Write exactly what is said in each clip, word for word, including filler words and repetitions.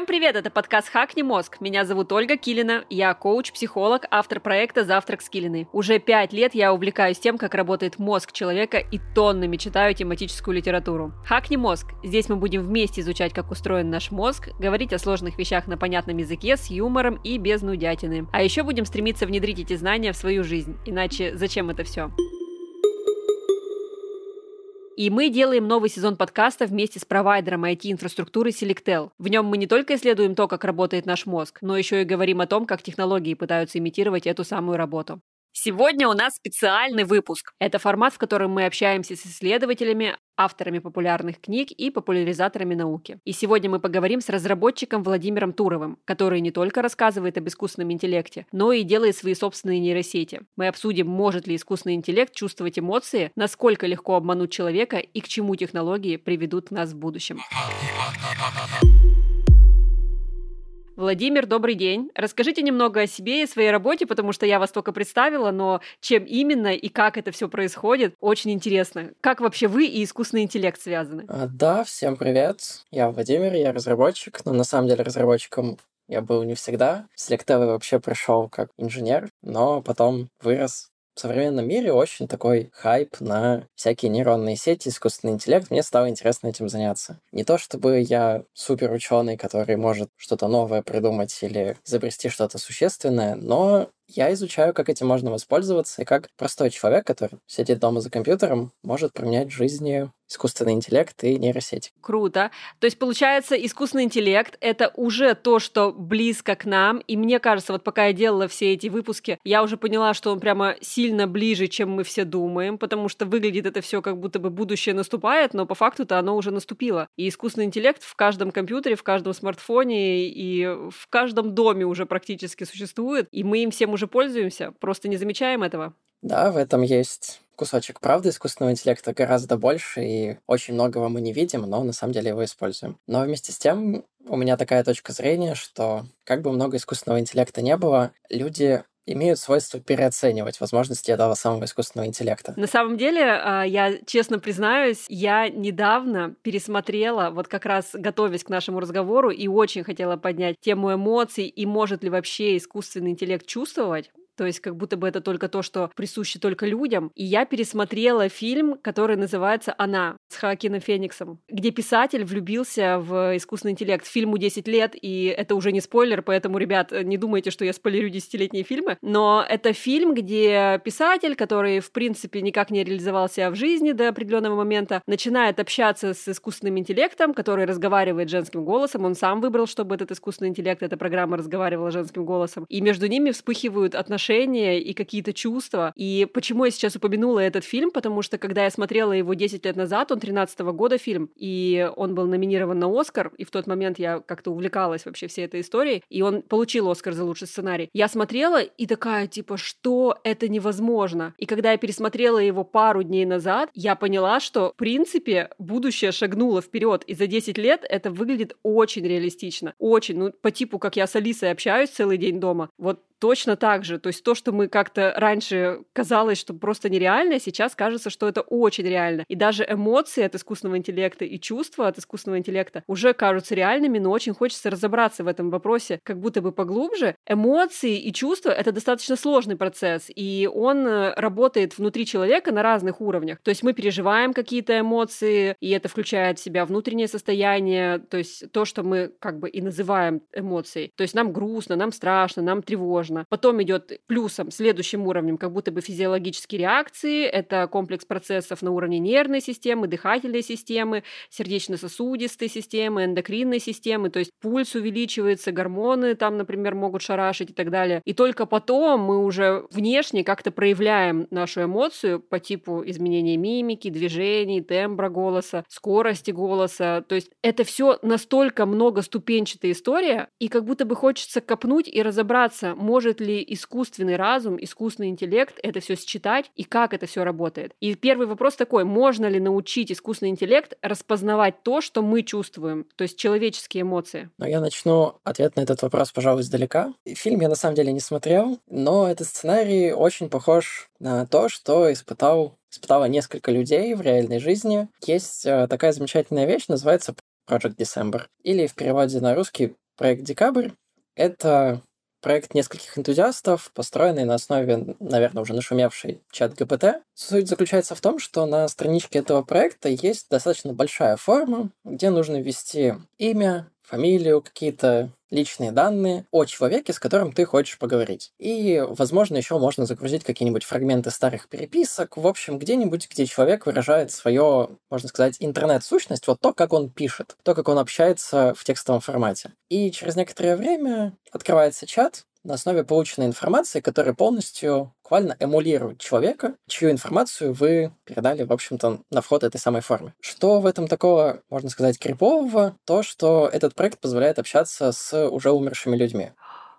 Всем привет, это подкаст «Хакни мозг». Меня зовут Ольга Килина, я коуч-психолог, автор проекта «Завтрак с Килиной». Уже пять лет я увлекаюсь тем, как работает мозг человека и тоннами читаю тематическую литературу. «Хакни мозг». Здесь мы будем вместе изучать, как устроен наш мозг, говорить о сложных вещах на понятном языке, с юмором и без нудятины. А еще будем стремиться внедрить эти знания в свою жизнь, иначе зачем это все? И мы делаем новый сезон подкаста вместе с провайдером ай ти-инфраструктуры Selectel. В нем мы не только исследуем то, как работает наш мозг, но еще и говорим о том, как технологии пытаются имитировать эту самую работу. Сегодня у нас специальный выпуск. Это формат, в котором мы общаемся с исследователями, авторами популярных книг и популяризаторами науки. И сегодня мы поговорим с разработчиком Владимиром Туровым, который не только рассказывает об искусственном интеллекте, но и делает свои собственные нейросети. Мы обсудим, может ли искусственный интеллект чувствовать эмоции, насколько легко обмануть человека и к чему технологии приведут нас в будущем. Владимир, добрый день. Расскажите немного о себе и своей работе, потому что я вас только представила, но чем именно и как это все происходит, очень интересно. Как вообще вы и искусственный интеллект связаны? А, да, всем привет. Я Владимир, я разработчик, но на самом деле разработчиком я был не всегда. В Selectel я вообще пришел как инженер, но потом вырос. В современном мире очень такой хайп на всякие нейронные сети, искусственный интеллект. Мне стало интересно этим заняться. Не то чтобы я супер ученый, который может что-то новое придумать или изобрести что-то существенное, но я изучаю, как этим можно воспользоваться, и как простой человек, который сидит дома за компьютером, может применять в жизни искусственный интеллект и нейросети. Круто. То есть, получается, искусственный интеллект — это уже то, что близко к нам, и мне кажется, вот пока я делала все эти выпуски, я уже поняла, что он прямо сильно ближе, чем мы все думаем, потому что выглядит это все как будто бы будущее наступает, но по факту-то оно уже наступило. И искусственный интеллект в каждом компьютере, в каждом смартфоне и в каждом доме уже практически существует, и мы им всем уже пользуемся, просто не замечаем этого. Да, в этом есть кусочек правды. Искусственного интеллекта гораздо больше, и очень многого мы не видим, но на самом деле его используем. Но вместе с тем у меня такая точка зрения, что как бы много искусственного интеллекта не было, люди имеют свойство переоценивать возможности этого самого искусственного интеллекта. На самом деле, я честно признаюсь, я недавно пересмотрела, вот как раз готовясь к нашему разговору, и очень хотела поднять тему эмоций, и может ли вообще искусственный интеллект чувствовать. То есть как будто бы это только то, что присуще только людям. И я пересмотрела фильм, который называется «Она» с Хоакином Фениксом, где писатель влюбился в искусственный интеллект. Фильму десять лет, и это уже не спойлер, поэтому, ребят, не думайте, что я спойлерю десятилетние фильмы. Но это фильм, где писатель, который, в принципе, никак не реализовал себя в жизни до определенного момента, начинает общаться с искусственным интеллектом, который разговаривает женским голосом. Он сам выбрал, чтобы этот искусственный интеллект, эта программа разговаривала женским голосом. И между ними вспыхивают отношения и какие-то чувства. И почему я сейчас упомянула этот фильм? Потому что, когда я смотрела его десять лет назад, он тринадцатого года фильм, и он был номинирован на Оскар, и в тот момент я как-то увлекалась вообще всей этой историей, и он получил Оскар за лучший сценарий. Я смотрела и такая, типа, что это невозможно? И когда я пересмотрела его пару дней назад, я поняла, что, в принципе, будущее шагнуло вперед, и за десять лет это выглядит очень реалистично. Очень. Ну, по типу, как я с Алисой общаюсь целый день дома, вот точно так же. То есть то, что мы как-то раньше казалось, что просто нереально, сейчас кажется, что это очень реально. И даже эмоции от искусственного интеллекта и чувства от искусственного интеллекта уже кажутся реальными, но очень хочется разобраться в этом вопросе как будто бы поглубже. Эмоции и чувства — это достаточно сложный процесс, и он работает внутри человека на разных уровнях. То есть мы переживаем какие-то эмоции, и это включает в себя внутреннее состояние, то есть то, что мы как бы и называем эмоцией. То есть нам грустно, нам страшно, нам тревожно. Потом идет плюсом, следующим уровнем, как будто бы физиологические реакции. Это комплекс процессов на уровне нервной системы, дыхательной системы, сердечно-сосудистой системы, эндокринной системы. То есть пульс увеличивается, гормоны там, например, могут шарашить и так далее. И только потом мы уже внешне как-то проявляем нашу эмоцию по типу изменения мимики, движений, тембра голоса, скорости голоса. То есть это все настолько многоступенчатая история, и как будто бы хочется копнуть и разобраться, может ли искусственный разум, искусственный интеллект это все считать и как это все работает. И первый вопрос такой: можно ли научить искусственный интеллект распознавать то, что мы чувствуем, то есть человеческие эмоции? Но я начну ответ на этот вопрос, пожалуй, издалека. Фильм я на самом деле не смотрел, но этот сценарий очень похож на то, что испытал, испытало несколько людей в реальной жизни. Есть э, такая замечательная вещь, называется Project December, или в переводе на русский проект «Декабрь». Это проект нескольких энтузиастов, построенный на основе, наверное, уже нашумевшей чат-ГПТ. Суть заключается в том, что на страничке этого проекта есть достаточно большая форма, где нужно ввести имя, фамилию, какие-то личные данные о человеке, с которым ты хочешь поговорить. И, возможно, еще можно загрузить какие-нибудь фрагменты старых переписок, в общем, где-нибудь, где человек выражает свое, можно сказать, интернет-сущность, вот то, как он пишет, то, как он общается в текстовом формате. И через некоторое время открывается чат на основе полученной информации, которая полностью буквально эмулирует человека, чью информацию вы передали, в общем-то, на вход этой самой форме. Что в этом такого, можно сказать, крипового? То, что этот проект позволяет общаться с уже умершими людьми.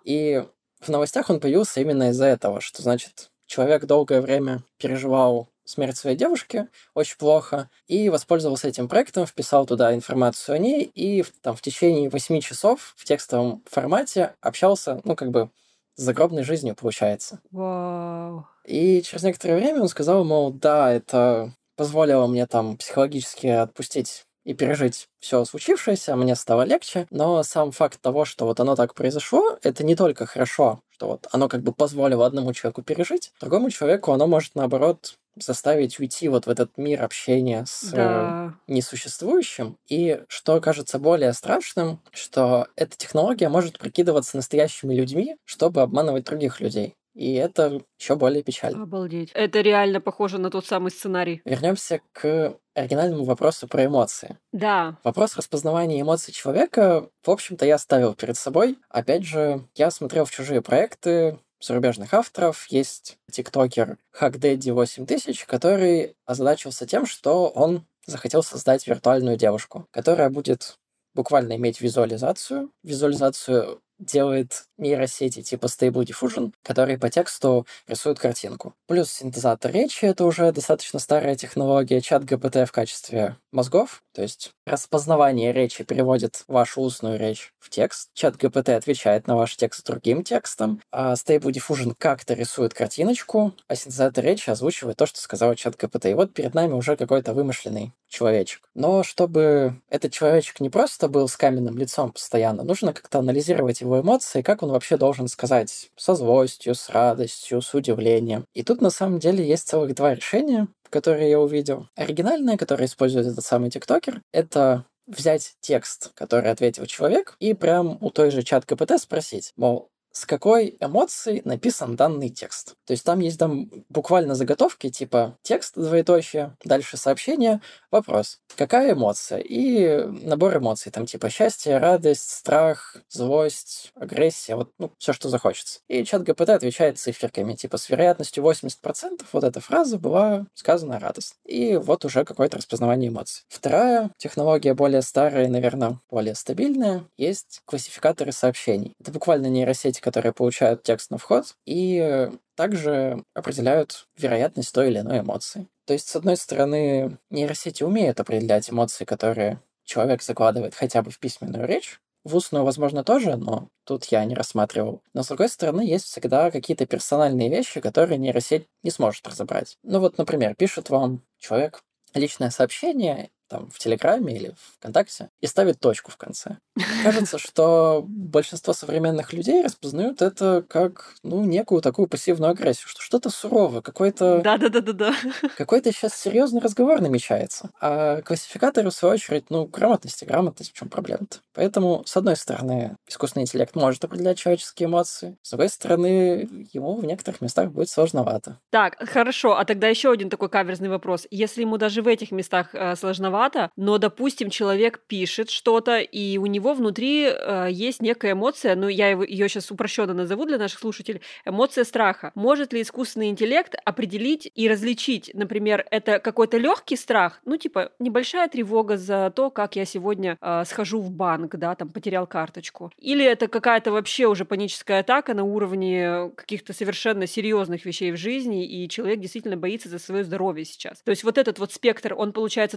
И в новостях он появился именно из-за этого, что, значит, человек долгое время переживал смерть своей девушки очень плохо, и воспользовался этим проектом, вписал туда информацию о ней, и там в течение восьми часов в текстовом формате общался, ну, как бы, с загробной жизнью, получается. Вау. И через некоторое время он сказал, мол, да, это позволило мне там психологически отпустить и пережить все случившееся, мне стало легче, но сам факт того, что вот оно так произошло, это не только хорошо, что вот оно как бы позволило одному человеку пережить, другому человеку оно может, наоборот, заставить уйти вот в этот мир общения с Да. несуществующим. И что кажется более страшным, что эта технология может прикидываться настоящими людьми, чтобы обманывать других людей. И это еще более печально. Обалдеть. Это реально похоже на тот самый сценарий. Вернемся к оригинальному вопросу про эмоции. Да. Вопрос распознавания эмоций человека, в общем-то, я ставил перед собой. Опять же, я смотрел в чужие проекты зарубежных авторов. Есть тиктокер HackDaddy восемь тысяч, который озадачился тем, что он захотел создать виртуальную девушку, которая будет буквально иметь визуализацию. Визуализацию делает нейросети типа Stable Diffusion, которые по тексту рисуют картинку. Плюс синтезатор речи — это уже достаточно старая технология, чат джи пи ти в качестве мозгов, то есть распознавание речи переводит вашу устную речь в текст, чат джи пи ти отвечает на ваш текст другим текстом, а Stable Diffusion как-то рисует картиночку, а синтезатор речи озвучивает то, что сказал чат джи пи ти. И вот перед нами уже какой-то вымышленный человечек. Но чтобы этот человечек не просто был с каменным лицом постоянно, нужно как-то анализировать его эмоции, как он вообще должен сказать со злостью, с радостью, с удивлением. И тут на самом деле есть целых два решения, которые я увидел. Оригинальное, которое использует этот самый тиктокер, это взять текст, который ответил человек, и прям у той же чат джи пи ти спросить, мол, с какой эмоцией написан данный текст. То есть там есть там буквально заготовки, типа текст, двоеточие, дальше сообщение, вопрос. Какая эмоция? И набор эмоций, там типа счастье, радость, страх, злость, агрессия, вот ну, все, что захочется. И чат джи пи ти отвечает циферками, типа с вероятностью восемьдесят процентов вот эта фраза была сказана радостно. И вот уже какое-то распознавание эмоций. Вторая технология, более старая, наверное, более стабильная, есть классификаторы сообщений. Это буквально нейросети, которые получают текст на вход и также определяют вероятность той или иной эмоции. То есть, с одной стороны, нейросети умеют определять эмоции, которые человек закладывает хотя бы в письменную речь. В устную, возможно, тоже, но тут я не рассматривал. Но, с другой стороны, есть всегда какие-то персональные вещи, которые нейросеть не сможет разобрать. Ну вот, например, пишет вам человек личное сообщение, там, в Телеграме или ВКонтакте, и ставит точку в конце. Кажется, что большинство современных людей распознают это как, ну, некую такую пассивную агрессию, что что-то суровое, какой-то... Да-да-да-да-да. Какой-то сейчас серьезный разговор намечается. А классификаторы, в свою очередь, ну, грамотность и грамотность, в чем проблема-то? Поэтому, с одной стороны, искусственный интеллект может определять человеческие эмоции, с другой стороны, ему в некоторых местах будет сложновато. Так, хорошо, а тогда еще один такой каверзный вопрос. Если ему даже в этих местах э, сложновато, но, допустим, человек пишет что-то, и у него внутри э, есть некая эмоция, ну, я его, ее сейчас упрощенно назову для наших слушателей, эмоция страха. Может ли искусственный интеллект определить и различить, например, это какой-то легкий страх, ну, типа, небольшая тревога за то, как я сегодня э, схожу в банк, да, там, потерял карточку. Или это какая-то вообще уже паническая атака на уровне каких-то совершенно серьезных вещей в жизни, и человек действительно боится за свое здоровье сейчас. То есть вот этот вот спектр, он, получается, тоже не видит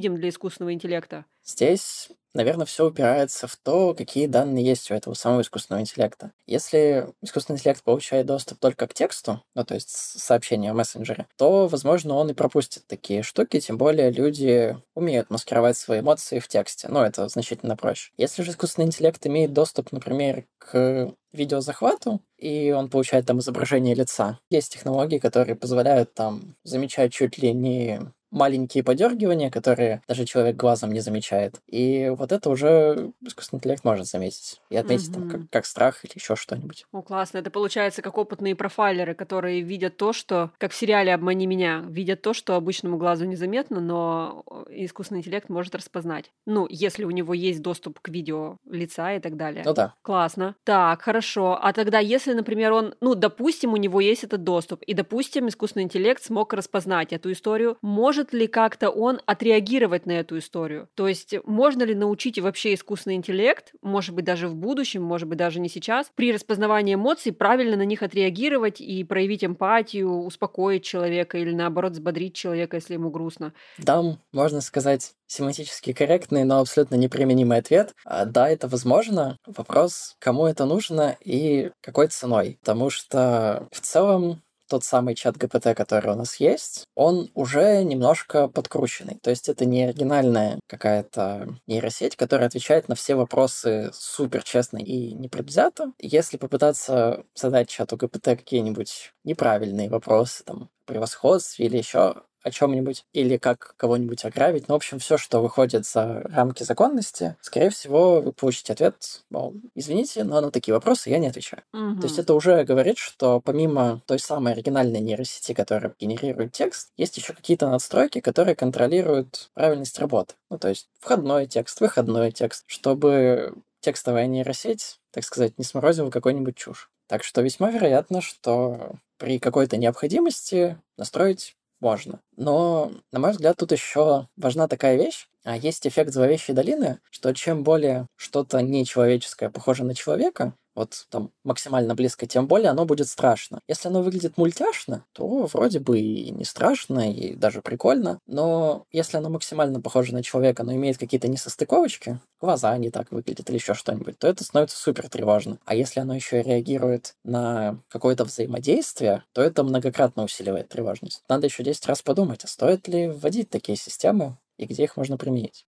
видим для искусственного интеллекта? Здесь, наверное, все упирается в то, какие данные есть у этого самого искусственного интеллекта. Если искусственный интеллект получает доступ только к тексту, ну, то есть с- сообщения в мессенджере, то, возможно, он и пропустит такие штуки, тем более люди умеют маскировать свои эмоции в тексте, ну, это значительно проще. Если же искусственный интеллект имеет доступ, например, к видеозахвату, и он получает там изображение лица, есть технологии, которые позволяют там замечать чуть ли не маленькие подергивания, которые даже человек глазом не замечает. И вот это уже искусственный интеллект может заметить и отметить там как, Мгм. как страх или еще что-нибудь. О, классно. Это получается как опытные профайлеры, которые видят то, что, как в сериале «Обмани меня», видят то, что обычному глазу незаметно, но э, искусственный интеллект может распознать. Ну, если у него есть доступ к видео лица и так далее. Ну да. Классно. Так, хорошо. А тогда, если, например, он, ну, допустим, у него есть этот доступ, и, допустим, искусственный интеллект смог распознать эту историю, может ли как-то он отреагировать на эту историю? То есть можно ли научить вообще искусственный интеллект, может быть, даже в будущем, может быть, даже не сейчас, при распознавании эмоций правильно на них отреагировать и проявить эмпатию, успокоить человека или, наоборот, взбодрить человека, если ему грустно? Дам, можно сказать, семантически корректный, но абсолютно неприменимый ответ. А, Да, это возможно. Вопрос, кому это нужно и какой ценой. Потому что в целом тот самый чат G P T, который у нас есть, он уже немножко подкрученный. То есть это не оригинальная какая-то нейросеть, которая отвечает на все вопросы супер честно и непредвзято. Если попытаться задать чату G P T какие-нибудь неправильные вопросы, там, о превосходстве или еще о чем-нибудь, или как кого-нибудь ограбить. Ну, в общем, все, что выходит за рамки законности, скорее всего, вы получите ответ, мол, извините, но на такие вопросы я не отвечаю. То есть Мгм. это уже говорит, что помимо той самой оригинальной нейросети, которая генерирует текст, есть еще какие-то надстройки, которые контролируют правильность работы. Ну, то есть входной текст, выходной текст, чтобы текстовая нейросеть, так сказать, не сморозила какой-нибудь чушь. Так что весьма вероятно, что при какой-то необходимости настроить можно. Но, на мой взгляд, тут еще важна такая вещь. А есть эффект зловещей долины, что чем более что-то нечеловеческое похоже на человека, вот там максимально близко, тем более оно будет страшно. Если оно выглядит мультяшно, то вроде бы и не страшно, и даже прикольно. Но если оно максимально похоже на человека, но имеет какие-то несостыковочки, глаза не так выглядят или еще что-нибудь, то это становится супер тревожно. А если оно еще и реагирует на какое-то взаимодействие, то это многократно усиливает тревожность. Надо еще десять раз подумать, а стоит ли вводить такие системы и где их можно применить.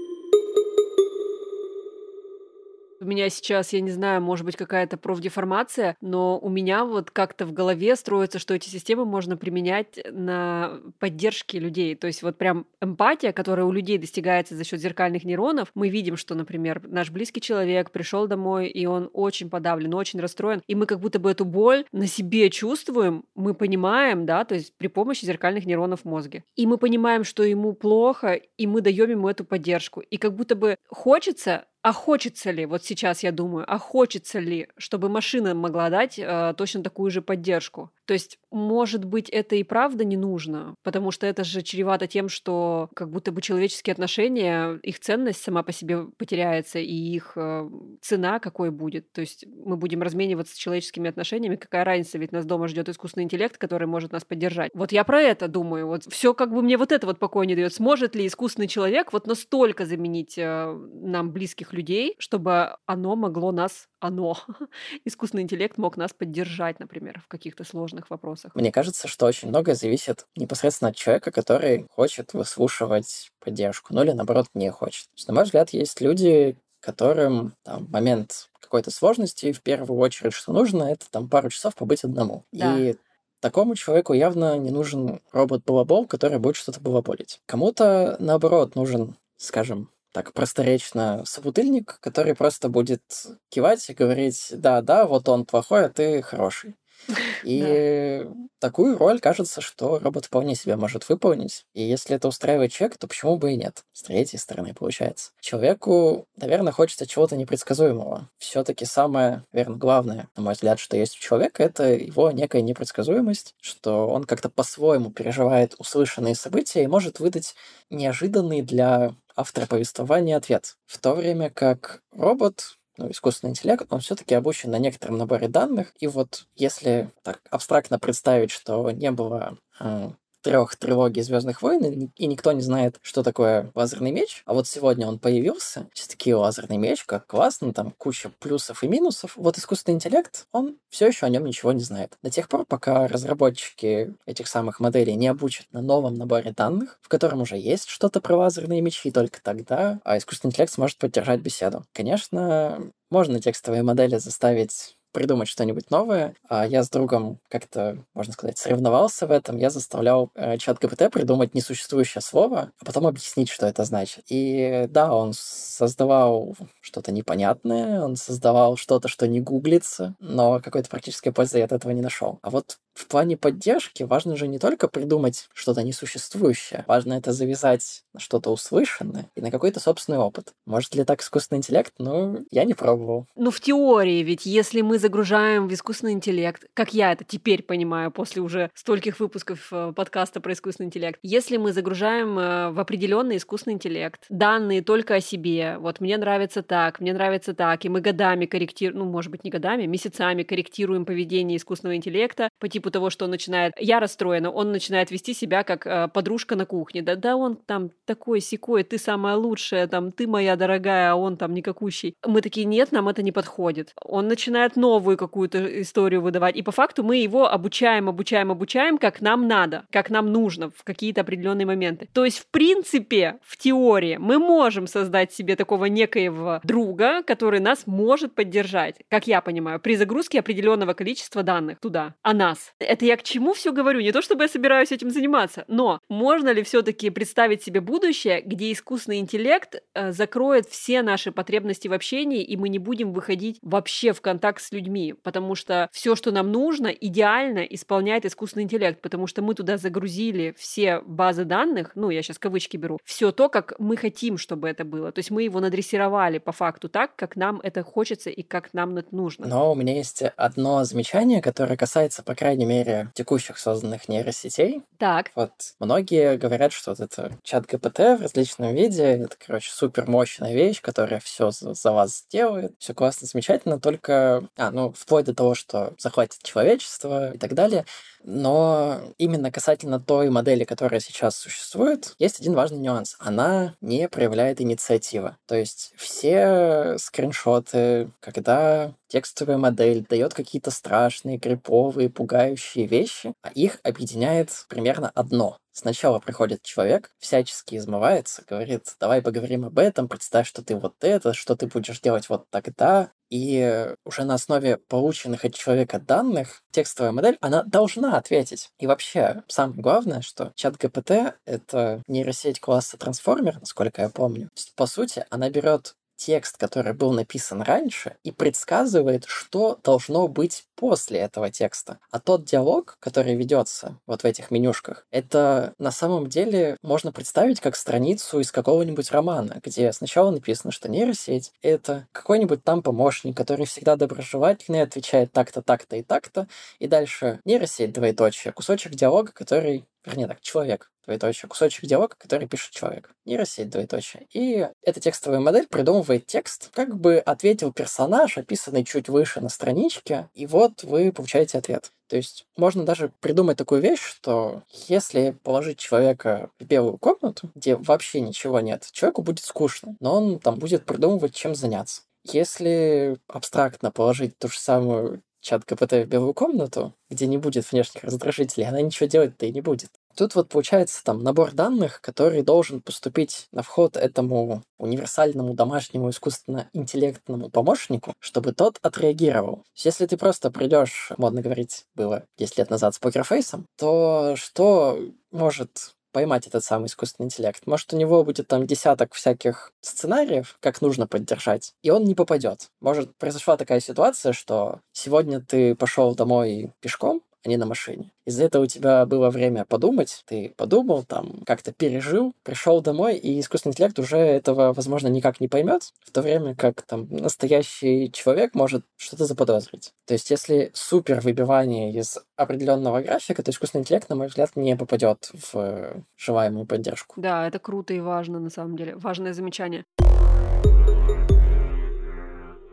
У меня сейчас, я не знаю, может быть, какая-то профдеформация, но у меня вот как-то в голове строится, что эти системы можно применять на поддержке людей. То есть вот прям эмпатия, которая у людей достигается за счет зеркальных нейронов. Мы видим, что, например, наш близкий человек пришел домой, и он очень подавлен, очень расстроен, и мы как будто бы эту боль на себе чувствуем, мы понимаем, да, то есть при помощи зеркальных нейронов в мозге. И мы понимаем, что ему плохо, и мы даем ему эту поддержку. И как будто бы хочется. А хочется ли, вот сейчас я думаю, а хочется ли, чтобы машина могла дать э, точно такую же поддержку? То есть, может быть, это и правда не нужно, потому что это же чревато тем, что как будто бы человеческие отношения, их ценность сама по себе потеряется, и их э, цена какой будет. То есть мы будем размениваться с человеческими отношениями, какая разница, ведь нас дома ждет искусственный интеллект, который может нас поддержать. Вот я про это думаю. Вот все как бы мне вот это вот покоя не дает. Сможет ли искусственный человек вот настолько заменить э, нам близких людей, чтобы оно могло нас, оно, искусственный интеллект мог нас поддержать, например, в каких-то сложных вопросах. Мне кажется, что очень многое зависит непосредственно от человека, который хочет выслушивать поддержку, ну или наоборот не хочет. То есть, на мой взгляд, есть люди, которым там, в момент какой-то сложности в первую очередь, что нужно, это там пару часов побыть одному. Да. И такому человеку явно не нужен робот-балабол, который будет что-то балаболить. Кому-то, наоборот, нужен, скажем, так просторечно собутыльник, который просто будет кивать и говорить: да-да, вот он плохой, а ты хороший. Да. И такую роль, кажется, что робот вполне себе может выполнить. И если это устраивает человека, то почему бы и нет? С третьей стороны, получается. Человеку, наверное, хочется чего-то непредсказуемого. Все-таки самое, наверное, главное, на мой взгляд, что есть у человека, это его некая непредсказуемость, что он как-то по-своему переживает услышанные события и может выдать неожиданный для автора повествования ответ. В то время как робот, ну, искусственный интеллект, он все-таки обучен на некотором наборе данных. И вот если так абстрактно представить, что не было э, трех трилогий «Звездных войн», и и никто не знает, что такое лазерный меч. А вот сегодня он появился, все такие: лазерный меч, как классно, там куча плюсов и минусов. Вот искусственный интеллект, он все еще о нем ничего не знает. До тех пор, пока разработчики этих самых моделей не обучат на новом наборе данных, в котором уже есть что-то про лазерные мечи, только тогда а искусственный интеллект сможет поддержать беседу. Конечно, можно текстовые модели заставить придумать что-нибудь новое. А я с другом как-то, можно сказать, соревновался в этом. Я заставлял э, чат джи пи ти придумать несуществующее слово, а потом объяснить, что это значит. И да, он создавал что-то непонятное, он создавал что-то, что не гуглится, но какой-то практической пользы я от этого не нашел. А вот в плане поддержки важно же не только придумать что-то несуществующее, важно это завязать на что-то услышанное и на какой-то собственный опыт. Может ли так искусственный интеллект? Ну, я не пробовал. Ну, в теории, ведь если мы загружаем в искусственный интеллект, как я это теперь понимаю после уже стольких выпусков э, подкаста про искусственный интеллект, если мы загружаем э, в определенный искусственный интеллект данные только о себе, вот мне нравится так, мне нравится так, и мы годами корректируем, ну, может быть, не годами, месяцами корректируем поведение искусственного интеллекта по типу того, что он начинает, я расстроена, он начинает вести себя как э, подружка на кухне, да, да, он там такой-сякой, ты самая лучшая, там, ты моя дорогая, а он там никакущий. Мы такие: нет, нам это не подходит. Он начинает новую какую-то историю выдавать, и по факту мы его обучаем, обучаем, обучаем, как нам надо, как нам нужно в какие-то определенные моменты. То есть, в принципе, в теории мы можем создать себе такого некоего друга, который нас может поддержать, как я понимаю, при загрузке определенного количества данных туда, о нас. Это я к чему все говорю? Не то чтобы я собираюсь этим заниматься, но можно ли все-таки представить себе будущее, где искусственный интеллект э, закроет все наши потребности в общении, и мы не будем выходить вообще в контакт с людьми, потому что все, что нам нужно, идеально исполняет искусственный интеллект, потому что мы туда загрузили все базы данных, ну, я сейчас кавычки беру, все то, как мы хотим, чтобы это было. То есть мы его надрессировали по факту так, как нам это хочется и как нам это нужно. Но у меня есть одно замечание, которое касается, по крайней мере, текущих созданных нейросетей. Так. Вот многие говорят, что вот это чат джи пи ти в различном виде, это, короче, супер мощная вещь, которая все за, за вас сделает, все классно, замечательно, только, а, ну, вплоть до того, что захватит человечество и так далее. Но именно касательно той модели, которая сейчас существует, есть один важный нюанс. Она не проявляет инициативы. То есть все скриншоты, когда текстовая модель дает какие-то страшные, криповые, пугающие вещи, а их объединяет примерно одно. Сначала приходит человек, всячески измывается, говорит: давай поговорим об этом, представь, что ты вот это, что ты будешь делать вот тогда. И уже на основе полученных от человека данных текстовая модель, она должна ответить. И вообще, самое главное, что чат джи пи ти — это нейросеть класса трансформер, насколько я помню. То есть, по сути, она берет текст, который был написан раньше, и предсказывает, что должно быть после этого текста. А тот диалог, который ведется вот в этих менюшках, это на самом деле можно представить как страницу из какого-нибудь романа, где сначала написано, что нейросеть — это какой-нибудь там помощник, который всегда доброжелательный, отвечает так-то, так-то и так-то, и дальше нейросеть, двоеточие, кусочек диалога, который Вернее так, человек, двоеточие, кусочек диалога, который пишет человек. Нейросеть, двоеточие. И эта текстовая модель придумывает текст, как бы ответил персонаж, описанный чуть выше на страничке, и вот вы получаете ответ. То есть можно даже придумать такую вещь, что если положить человека в белую комнату, где вообще ничего нет, человеку будет скучно, но он там будет придумывать, чем заняться. Если абстрактно положить ту же самую чат джи пи ти в белую комнату, где не будет внешних раздражителей, она ничего делать-то и не будет. Тут вот получается там набор данных, который должен поступить на вход этому универсальному домашнему искусственно-интеллектному помощнику, чтобы тот отреагировал. Если ты просто придешь, модно говорить, было десять лет назад с покерфейсом, то что может поймать этот самый искусственный интеллект? Может, у него будет там десяток всяких сценариев, как нужно поддержать, и он не попадет. Может, произошла такая ситуация, что сегодня ты пошел домой пешком, а не на машине. Из-за этого у тебя было время подумать, ты подумал, там, как-то пережил, пришел домой, и искусственный интеллект уже этого, возможно, никак не поймет, в то время как там настоящий человек может что-то заподозрить. То есть, если супер выбивание из определенного графика, то искусственный интеллект, на мой взгляд, не попадет в желаемую поддержку. Да, это круто и важно, на самом деле. Важное замечание.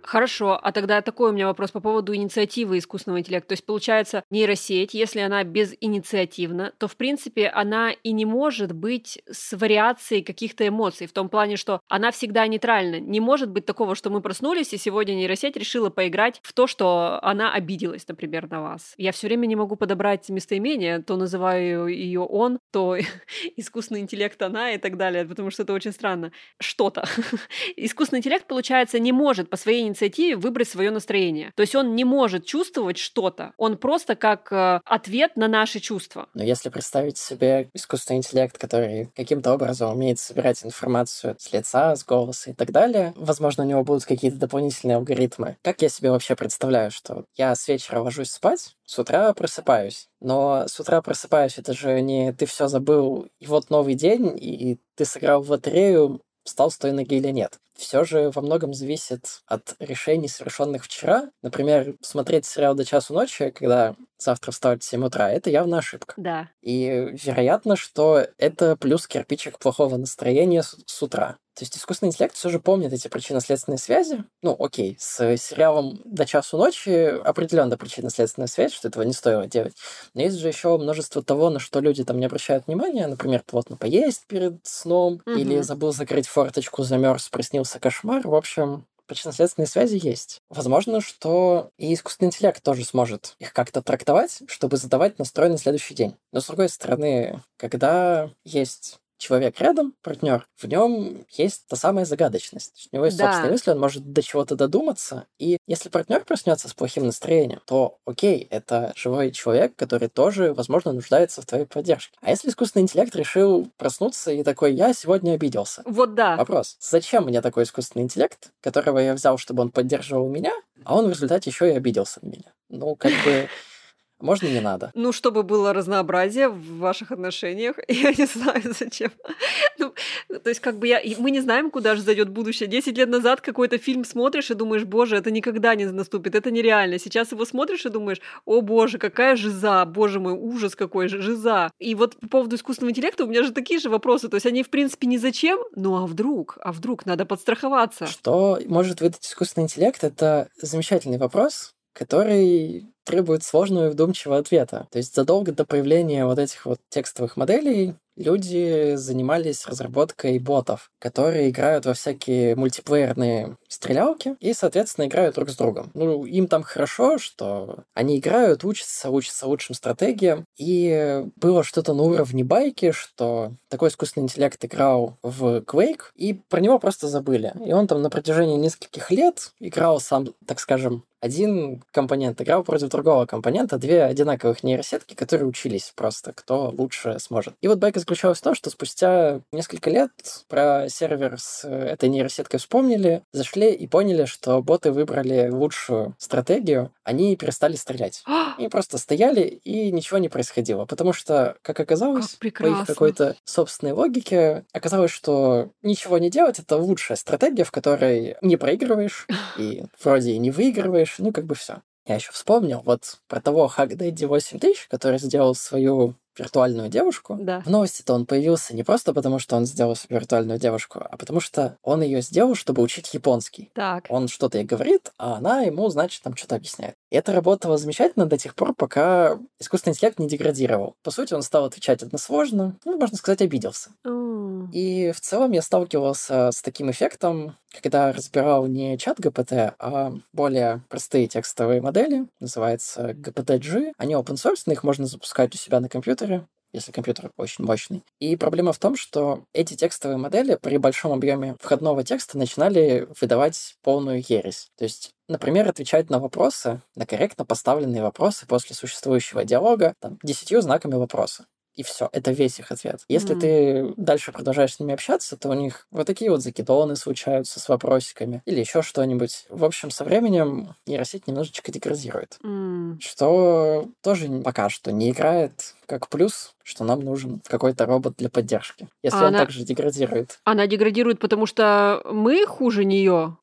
Хорошо, а тогда такой у меня вопрос по поводу инициативы искусственного интеллекта. То есть, получается, нейросеть, если она безинициативна, то, в принципе, она и не может быть с вариацией каких-то эмоций, в том плане, что она всегда нейтральна. Не может быть такого, что мы проснулись, и сегодня нейросеть решила поиграть в то, что она обиделась, например, на вас. Я все время не могу подобрать местоимение, то называю ее он, то искусственный интеллект она и так далее, потому что это очень странно. Что-то. Искусственный интеллект, получается, не может по своей инициативе выбрать свое настроение. То есть он не может чувствовать что-то. Он просто как э, ответ на наши чувства. Но если представить себе искусственный интеллект, который каким-то образом умеет собирать информацию с лица, с голоса и так далее, возможно, у него будут какие-то дополнительные алгоритмы. Как я себе вообще представляю, что я с вечера ложусь спать, с утра просыпаюсь. Но с утра просыпаюсь, это же не ты все забыл, и вот новый день, и ты сыграл в лотерею, встал с той ноги или нет. Все же во многом зависит от решений, совершенных вчера. Например, смотреть сериал до часу ночи, когда завтра вставать в семь утра, это явно ошибка. Да. И вероятно, что это плюс кирпичик плохого настроения с, с утра. То есть искусственный интеллект все же помнит эти причинно-следственные связи. Ну, окей, с сериалом до часу ночи определенно причинно-следственная связь, что этого не стоило делать. Но есть же еще множество того, на что люди там не обращают внимания. Например, плотно поесть перед сном, Мгм. или забыл закрыть форточку, замерз, приснился кошмар. В общем, причинно-следственные связи есть. Возможно, что и искусственный интеллект тоже сможет их как-то трактовать, чтобы задавать настрой на следующий день. Но, с другой стороны, когда есть человек рядом, партнер, в нем есть та самая загадочность. У него есть Да. собственные мысли, он может до чего-то додуматься. И если партнер проснется с плохим настроением, то окей, это живой человек, который тоже, возможно, нуждается в твоей поддержке. А если искусственный интеллект решил проснуться и такой, я сегодня обиделся? Вот да. Вопрос, зачем мне такой искусственный интеллект, которого я взял, чтобы он поддерживал меня, а он в результате еще и обиделся на меня? Ну, как бы... Можно не надо. Ну, чтобы было разнообразие в ваших отношениях, я не знаю, зачем. Ну, то есть, как бы я... и мы не знаем, куда же зайдет будущее. Десять лет назад какой-то фильм смотришь и думаешь, боже, это никогда не наступит, это нереально. Сейчас его смотришь и думаешь, о боже, какая жиза, боже мой, ужас какой же, жиза. И вот по поводу искусственного интеллекта у меня же такие же вопросы. То есть они, в принципе, ни зачем, ну а вдруг? А вдруг надо подстраховаться? Что может выдать искусственный интеллект? Это замечательный вопрос, который требует сложного и вдумчивого ответа. То есть задолго до появления вот этих вот текстовых моделей люди занимались разработкой ботов, которые играют во всякие мультиплеерные стрелялки и, соответственно, играют друг с другом. Ну, им там хорошо, что они играют, учатся, учатся лучшим стратегиям. И было что-то на уровне байки, что такой искусственный интеллект играл в Quake, и про него просто забыли. И он там на протяжении нескольких лет играл сам, так скажем, один компонент играл против другого компонента, две одинаковых нейросетки, которые учились просто, кто лучше сможет. И вот байка заключалась в том, что спустя несколько лет про сервер с этой нейросеткой вспомнили, зашли и поняли, что боты выбрали лучшую стратегию, они перестали стрелять. Они просто стояли, и ничего не происходило. Потому что, как оказалось, Как по их прекрасно. какой-то собственной логике, оказалось, что ничего не делать — это лучшая стратегия, в которой не проигрываешь, и вроде и не выигрываешь, ну как бы все. Я еще вспомнил вот про того HackDaddy восемь тысяч, который сделал свою виртуальную девушку. Да. В новости-то он появился не просто потому, что он сделал свою виртуальную девушку, а потому что он ее сделал, чтобы учить японский. Так. Он что-то ей говорит, а она ему, значит, там что-то объясняет. И это работало замечательно до тех пор, пока искусственный интеллект не деградировал. По сути, он стал отвечать односложно, ну, можно сказать, обиделся. М. И в целом я сталкивался с таким эффектом, когда разбирал не чат джи пи ти, а более простые текстовые модели, называется джи пи ти джи. Они open source, их можно запускать у себя на компьютере, если компьютер очень мощный. И проблема в том, что эти текстовые модели при большом объеме входного текста начинали выдавать полную ересь. То есть, например, отвечать на вопросы, на корректно поставленные вопросы после существующего диалога, там, десятью знаками вопроса. И все, это весь их ответ. Если Мгм. ты дальше продолжаешь с ними общаться, то у них вот такие вот закидоны случаются с вопросиками или еще что-нибудь. В общем, со временем нейросеть немножечко деградирует. М. Что тоже пока что не играет как плюс, что нам нужен какой-то робот для поддержки. Если А он она- также деградирует. Она деградирует, потому что мы хуже нее.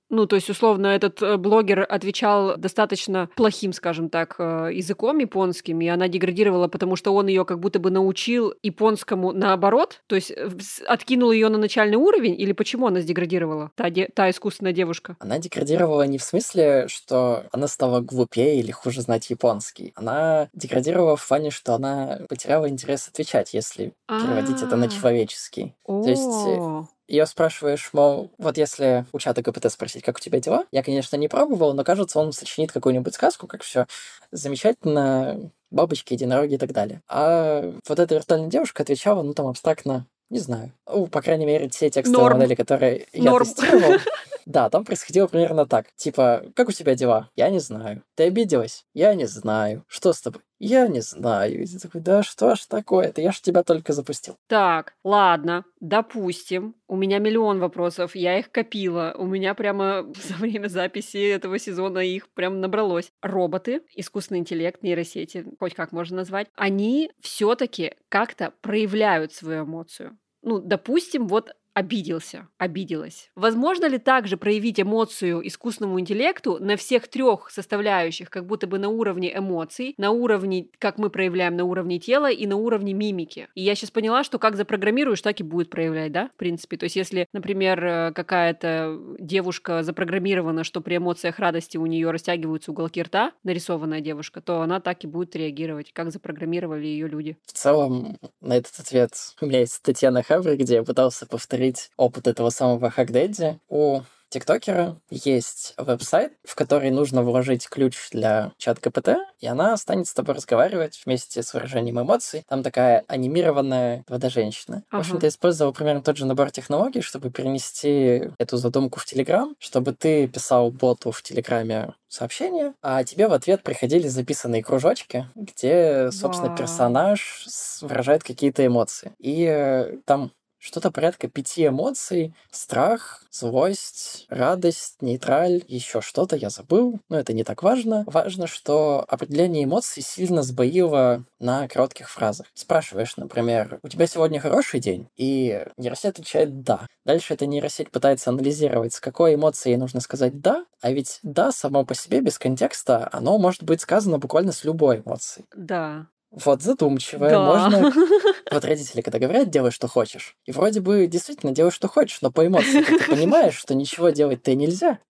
Ну, то есть, условно, этот э, блогер отвечал достаточно плохим, скажем так, э, языком японским, и она деградировала, потому что он ее как будто бы научил японскому наоборот, то есть э, с- откинул ее на начальный уровень, или почему она сдеградировала, та, де- та искусственная девушка? Она деградировала не в смысле, что она стала глупее или хуже знать японский. Она деградировала в плане, что она потеряла интерес отвечать, если переводить это на А, человеческий. То есть э, о, ее спрашиваешь, мол, вот если у чата гэ пэ тэ спросить, как у тебя дела, я, конечно, не пробовал, но, кажется, он сочинит какую-нибудь сказку, как все замечательно, бабочки, единороги и так далее. А вот эта виртуальная девушка отвечала, ну, там, абстрактно, не знаю. Ну, по крайней мере, те текстовые норм, модели, которые я норм. тестировал, да, там происходило примерно так. Типа, как у тебя дела? Я не знаю. Ты обиделась? Я не знаю. Что с тобой? Я не знаю. И ты такой, да что ж такое-то? Я ж тебя только запустил. Так, ладно, допустим, у меня миллион вопросов, я их копила, у меня прямо за время записи этого сезона их прям набралось. Роботы, искусственный интеллект, нейросети, хоть как можно назвать, они все-таки как-то проявляют свою эмоцию. Ну, допустим, вот обиделся, обиделась. Возможно ли также проявить эмоцию искусственному интеллекту на всех трех составляющих, как будто бы на уровне эмоций, на уровне, как мы проявляем на уровне тела и на уровне мимики? И я сейчас поняла, что как запрограммируешь, так и будет проявлять, да, в принципе. То есть если, например, э, какая-то девушка запрограммирована, что при эмоциях радости у нее растягиваются уголки рта, нарисованная девушка, то она так и будет реагировать, как запрограммировали ее люди. В целом, на этот ответ у меня есть статья на Хабре, где я пытался повторить опыт этого самого Хакдэдди. У тиктокера есть веб-сайт, в который нужно вложить ключ для чат гэ пэ тэ, и она станет с тобой разговаривать вместе с выражением эмоций. Там такая анимированная два дэ-женщина. В Ага. общем-то, использовал примерно тот же набор технологий, чтобы перенести эту задумку в Телеграм, чтобы ты писал боту в Телеграме сообщения, а тебе в ответ приходили записанные кружочки, где, собственно, Вау. персонаж с- выражает какие-то эмоции. И э, там что-то порядка пяти эмоций: страх, злость, радость, нейтраль, еще что-то, я забыл, но это не так важно. Важно, что определение эмоций сильно сбоило на коротких фразах. Спрашиваешь, например, у тебя сегодня хороший день? И нейросеть отвечает «да». Дальше эта нейросеть пытается анализировать, с какой эмоцией ей нужно сказать «да», а ведь «да» само по себе, без контекста, оно может быть сказано буквально с любой эмоцией. Да. Вот задумчивая, Да. можно... Вот родители, когда говорят, делай, что хочешь, и вроде бы действительно делай, что хочешь, но по эмоциям ты понимаешь, что ничего делать-то и нельзя.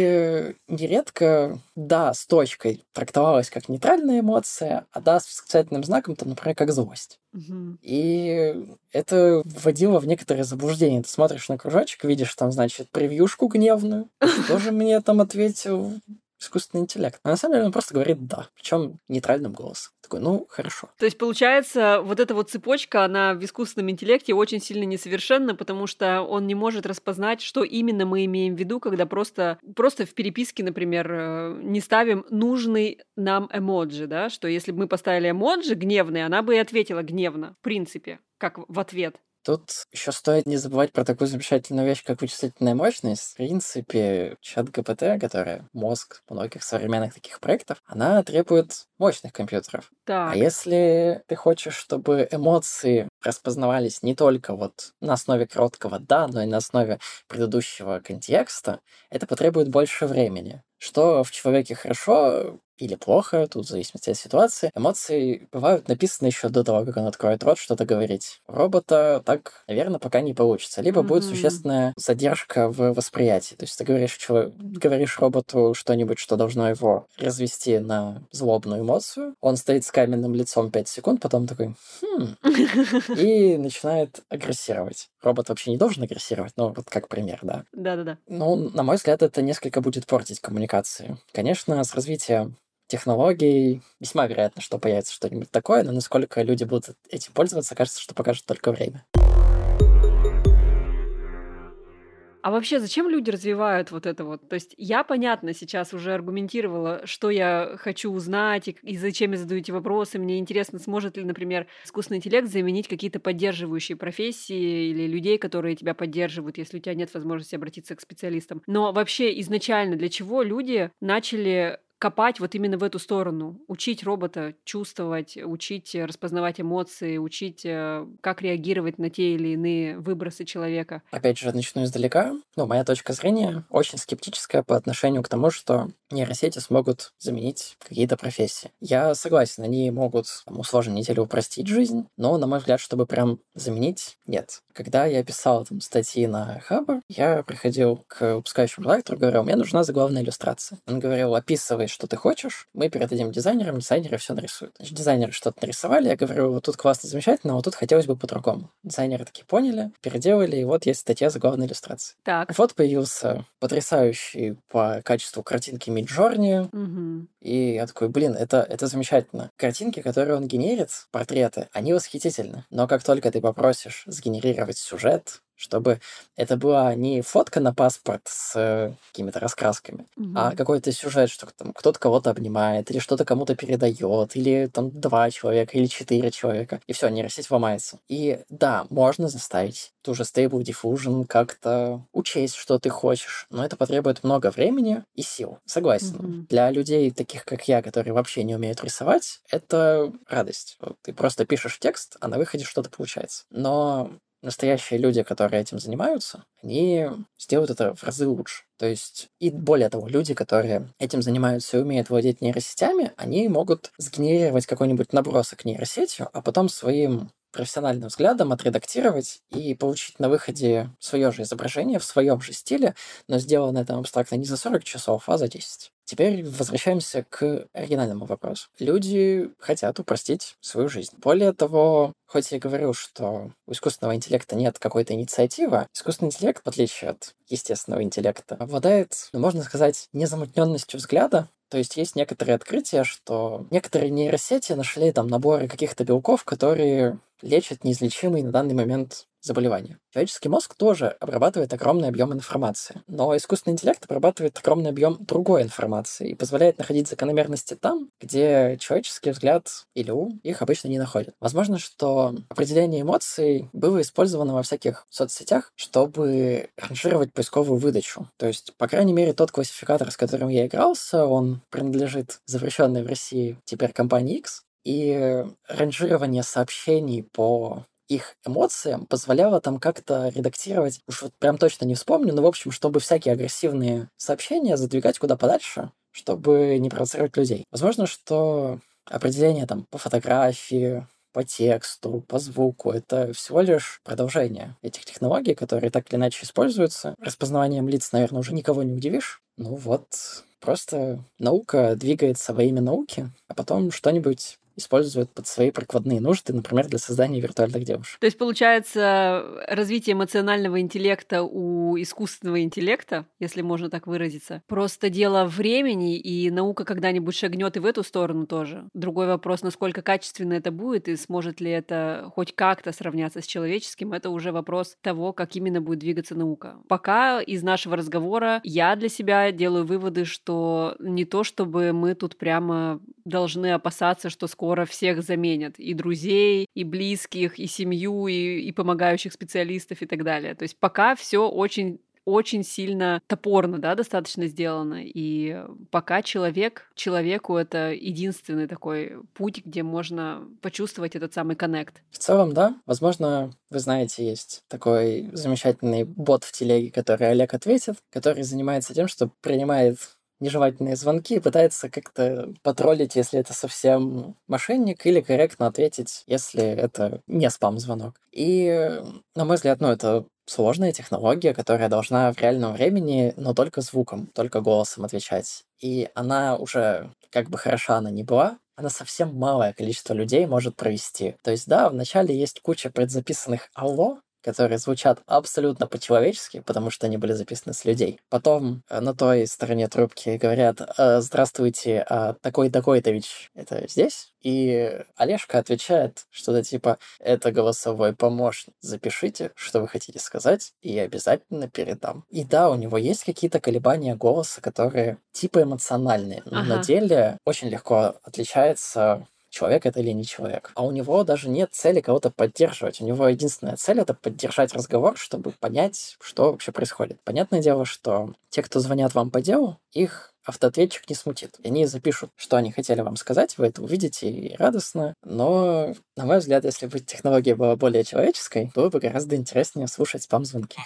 И нередко «да» с точкой трактовалась как нейтральная эмоция, а «да» с восклицательным знаком, то, например, как злость. Мгм. И это вводило в некоторое заблуждение. Ты смотришь на кружочек, видишь там, значит, превьюшку гневную. Что же мне там ответил искусственный интеллект? А на самом деле он просто говорит «да», причем нейтральным голосом. Такой, ну, хорошо. То есть, получается, вот эта вот цепочка, она в искусственном интеллекте очень сильно несовершенна, потому что он не может распознать, что именно мы имеем в виду, когда просто, просто в переписке, например, э, не ставим нужный нам эмоджи, да, что если бы мы поставили эмоджи гневный, она бы и ответила гневно, в принципе, как в ответ. Тут еще стоит не забывать про такую замечательную вещь, как вычислительная мощность. В принципе, чат гэ пэ тэ, которая мозг многих современных таких проектов, она требует мощных компьютеров. А Так. если ты хочешь, чтобы эмоции распознавались не только вот на основе короткого «да», но и на основе предыдущего контекста, это потребует больше времени. Что в человеке хорошо или плохо, тут в зависимости от ситуации. Эмоции бывают написаны еще до того, как он откроет рот что-то говорить. У робота так, наверное, пока не получится. Либо будет Мгм. существенная задержка в восприятии. То есть ты говоришь, чело- говоришь роботу что-нибудь, что должно его развести на злобную эмоцию. Он стоит с каменным лицом пять секунд, потом такой «хм», и начинает агрессировать. Робот вообще не должен агрессировать, но вот как пример, да. Да-да-да. Ну, на мой взгляд, это несколько будет портить коммуникации. Конечно, с развитием технологий весьма вероятно, что появится что-нибудь такое, но насколько люди будут этим пользоваться, кажется, что покажет только время. А вообще, зачем люди развивают вот это вот? То есть я, понятно, сейчас уже аргументировала, что я хочу узнать и, и зачем я задаю эти вопросы. Мне интересно, сможет ли, например, искусственный интеллект заменить какие-то поддерживающие профессии или людей, которые тебя поддерживают, если у тебя нет возможности обратиться к специалистам. Но вообще изначально для чего люди начали копать вот именно в эту сторону, учить робота чувствовать, учить распознавать эмоции, учить, э, как реагировать на те или иные выбросы человека. Опять же, начну издалека. Ну, моя точка зрения очень скептическая по отношению к тому, что нейросети смогут заменить какие-то профессии. Я согласен, они могут там, условно неделю упростить жизнь, но, на мой взгляд, чтобы прям заменить, нет. Когда я писал там статьи на Хабр, я приходил к выпускающему редактору, говорил, мне нужна заглавная иллюстрация. Он говорил, описывай, что ты хочешь, мы передадим дизайнерам, дизайнеры все нарисуют. Значит, дизайнеры что-то нарисовали, я говорю, вот тут классно, замечательно, а вот тут хотелось бы по-другому. Дизайнеры такие поняли, переделали, и вот есть статья заглавной иллюстрации. Так. Вот появился потрясающий по качеству картинки Midjourney, Мгм. и я такой, блин, это, это замечательно. Картинки, которые он генерит, портреты, они восхитительны. Но как только ты попросишь сгенерировать сюжет, чтобы это была не фотка на паспорт с э, какими-то раскрасками, а Мгм. какой-то сюжет, что там кто-то кого-то обнимает, или что-то кому-то передает, или там два человека, или четыре человека, и все, нейросеть ломается. И да, можно заставить ту же Stable Diffusion как-то учесть, что ты хочешь, но это потребует много времени и сил. Согласен. Мгм. Для людей, таких как я, которые вообще не умеют рисовать, это радость. Вот ты просто пишешь текст, а на выходе что-то получается. Но настоящие люди, которые этим занимаются, они сделают это в разы лучше. То есть, и более того, люди, которые этим занимаются и умеют владеть нейросетями, они могут сгенерировать какой-нибудь набросок нейросетью, а потом своим профессиональным взглядом отредактировать и получить на выходе свое же изображение в своем же стиле, но сделанное там абстрактно не за сорок часов, а за десять. Теперь возвращаемся к оригинальному вопросу. Люди хотят упростить свою жизнь. Более того, хоть я говорю, что у искусственного интеллекта нет какой-то инициативы, искусственный интеллект, в отличие от естественного интеллекта, обладает, ну, можно сказать, незамутненностью взгляда. То есть есть некоторые открытия, что некоторые нейросети нашли там наборы каких-то белков, которые лечат неизлечимые на данный момент заболевания. Человеческий мозг тоже обрабатывает огромный объем информации, но искусственный интеллект обрабатывает огромный объем другой информации и позволяет находить закономерности там, где человеческий взгляд или ум их обычно не находит. Возможно, что определение эмоций было использовано во всяких соцсетях, чтобы ранжировать поисковую выдачу. То есть, по крайней мере, тот классификатор, с которым я игрался, он принадлежит запрещенной в России теперь компании X, и ранжирование сообщений по их эмоциям позволяло там как-то редактировать, уж вот прям точно не вспомню, но, в общем, чтобы всякие агрессивные сообщения задвигать куда подальше, чтобы не провоцировать людей. Возможно, что определение там по фотографии, по тексту, по звуку — это всего лишь продолжение этих технологий, которые так или иначе используются. Распознаванием лиц, наверное, уже никого не удивишь. Ну вот, просто наука двигается во имя науки, а потом что-нибудь используют под свои прикладные нужды, например, для создания виртуальных девушек. То есть, получается, развитие эмоционального интеллекта у искусственного интеллекта, если можно так выразиться, просто дело времени, и наука когда-нибудь шагнет и в эту сторону тоже. Другой вопрос, насколько качественно это будет, и сможет ли это хоть как-то сравняться с человеческим, это уже вопрос того, как именно будет двигаться наука. Пока из нашего разговора я для себя делаю выводы, что не то, чтобы мы тут прямо должны опасаться, что скоро всех заменят. И друзей, и близких, и семью, и, и помогающих специалистов и так далее. То есть пока все очень очень сильно топорно, да, достаточно сделано. И пока человек, человеку это единственный такой путь, где можно почувствовать этот самый коннект. В целом, да. Возможно, вы знаете, есть такой замечательный бот в телеге, который Олег ответит, который занимается тем, что принимает нежелательные звонки и пытается как-то потроллить, если это совсем мошенник, или корректно ответить, если это не спам-звонок. И, на мой взгляд, ну, это сложная технология, которая должна в реальном времени, но только звуком, только голосом отвечать. И она уже, как бы хороша она ни была, она совсем малое количество людей может провести. То есть, да, вначале есть куча предзаписанных «Алло», которые звучат абсолютно по-человечески, потому что они были записаны с людей. Потом э, на той стороне трубки говорят: «Э, «Здравствуйте, а такой-такой-тович, это здесь?» И Олежка отвечает что-то типа: «Это голосовой помощник. Запишите, что вы хотите сказать, и я обязательно передам». И да, у него есть какие-то колебания голоса, которые типа эмоциональные, но на Ага. деле очень легко отличается, человек это или не человек. А у него даже нет цели кого-то поддерживать. У него единственная цель — это поддержать разговор, чтобы понять, что вообще происходит. Понятное дело, что те, кто звонят вам по делу, их автоответчик не смутит. И они запишут, что они хотели вам сказать, вы это увидите и радостно. Но, на мой взгляд, если бы технология была более человеческой, было бы гораздо интереснее слушать спам-звонки.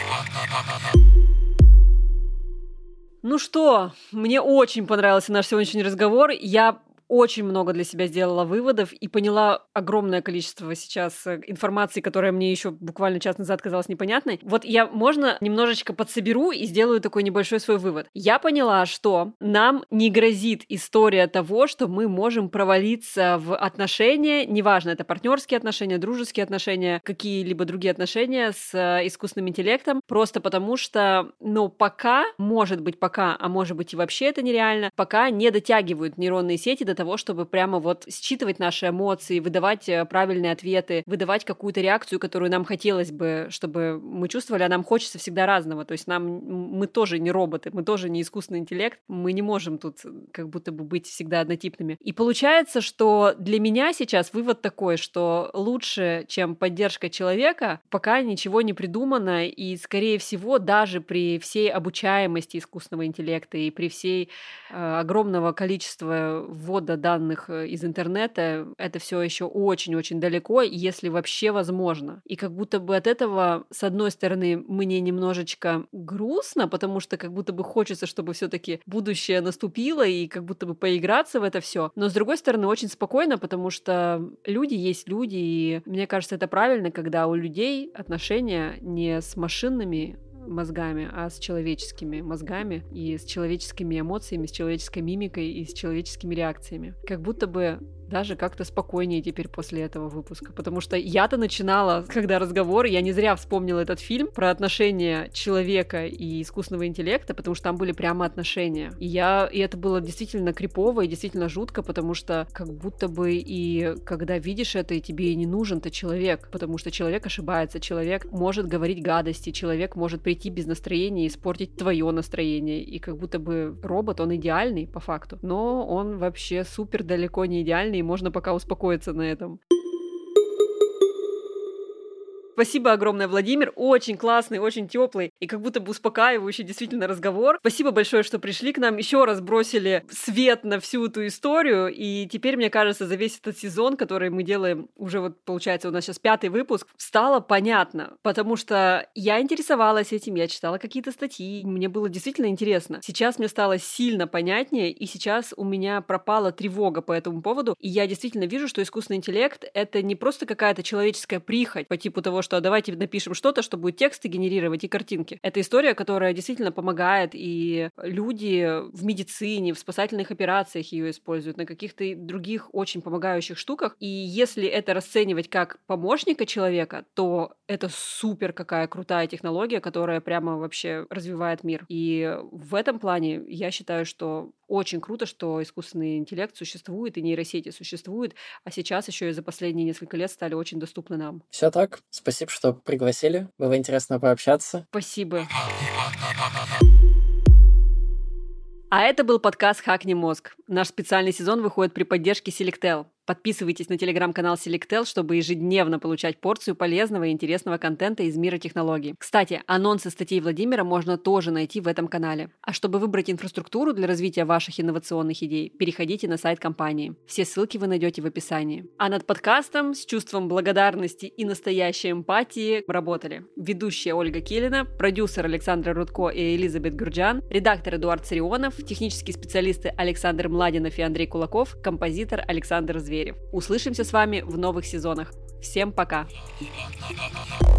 Ну что, мне очень понравился наш сегодняшний разговор. Я очень много для себя сделала выводов и поняла огромное количество сейчас информации, которая мне еще буквально час назад казалась непонятной. Вот я, можно, немножечко подсоберу и сделаю такой небольшой свой вывод. Я поняла, что нам не грозит история того, что мы можем провалиться в отношения, неважно, это партнерские отношения, дружеские отношения, какие-либо другие отношения с искусственным интеллектом, просто потому что, ну, пока, может быть, пока, а может быть и вообще это нереально, пока не дотягивают нейронные сети до того, чтобы прямо вот считывать наши эмоции, выдавать правильные ответы, выдавать какую-то реакцию, которую нам хотелось бы, чтобы мы чувствовали, а нам хочется всегда разного. То есть нам, мы тоже не роботы, мы тоже не искусственный интеллект, мы не можем тут как будто бы быть всегда однотипными. И получается, что для меня сейчас вывод такой, что лучше, чем поддержка человека, пока ничего не придумано, и, скорее всего, даже при всей обучаемости искусственного интеллекта и при всей э, огромного количества ввода данных из интернета, это все еще очень-очень далеко, если вообще возможно. И как будто бы от этого, с одной стороны, мне немножечко грустно, потому что как будто бы хочется, чтобы все-таки будущее наступило и как будто бы поиграться в это все. Но с другой стороны, очень спокойно, потому что люди есть люди, и мне кажется, это правильно, когда у людей отношения не с машинными мозгами, а с человеческими мозгами и с человеческими эмоциями, с человеческой мимикой и с человеческими реакциями. Как будто бы даже как-то спокойнее теперь после этого выпуска. Потому что я-то начинала, когда разговор, я не зря вспомнила этот фильм про отношения человека и искусственного интеллекта, потому что там были прямо отношения. И, я, и это было действительно крипово и действительно жутко, потому что как будто бы и когда видишь это, и тебе и не нужен-то человек, потому что человек ошибается, человек может говорить гадости, человек может прийти без настроения и испортить твое настроение. И как будто бы робот, он идеальный по факту, но он вообще супер далеко не идеальный, и можно пока успокоиться на этом. Спасибо огромное, Владимир. Очень классный, очень теплый и как будто бы успокаивающий действительно разговор. Спасибо большое, что пришли к нам. Еще раз бросили свет на всю эту историю. И теперь, мне кажется, за весь этот сезон, который мы делаем, уже вот получается у нас сейчас пятый выпуск, стало понятно. Потому что я интересовалась этим, я читала какие-то статьи. Мне было действительно интересно. Сейчас мне стало сильно понятнее, и сейчас у меня пропала тревога по этому поводу. И я действительно вижу, что искусственный интеллект — это не просто какая-то человеческая прихоть по типу того, что давайте напишем что-то, что будет тексты генерировать и картинки. Это история, которая действительно помогает, и люди в медицине, в спасательных операциях ее используют, на каких-то других очень помогающих штуках. И если это расценивать как помощника человека, то это супер какая крутая технология, которая прямо вообще развивает мир. И в этом плане я считаю, что очень круто, что искусственный интеллект существует и нейросети существуют, а сейчас еще и за последние несколько лет стали очень доступны нам. Все так. Спасибо, что пригласили. Было интересно пообщаться. Спасибо. А это был подкаст «Хакни мозг». Наш специальный сезон выходит при поддержке Selectel. Подписывайтесь на телеграм-канал Selectel, чтобы ежедневно получать порцию полезного и интересного контента из мира технологий. Кстати, анонсы статей Владимира можно тоже найти в этом канале. А чтобы выбрать инфраструктуру для развития ваших инновационных идей, переходите на сайт компании. Все ссылки вы найдете в описании. А над подкастом с чувством благодарности и настоящей эмпатии работали ведущая Ольга Килина, продюсер Александра Рудко и Элизабет Гурджан, редактор Эдуард Царионов, технические специалисты Александр Младинов и Андрей Кулаков, композитор Александр Зверев. Услышимся с вами в новых сезонах. Всем пока!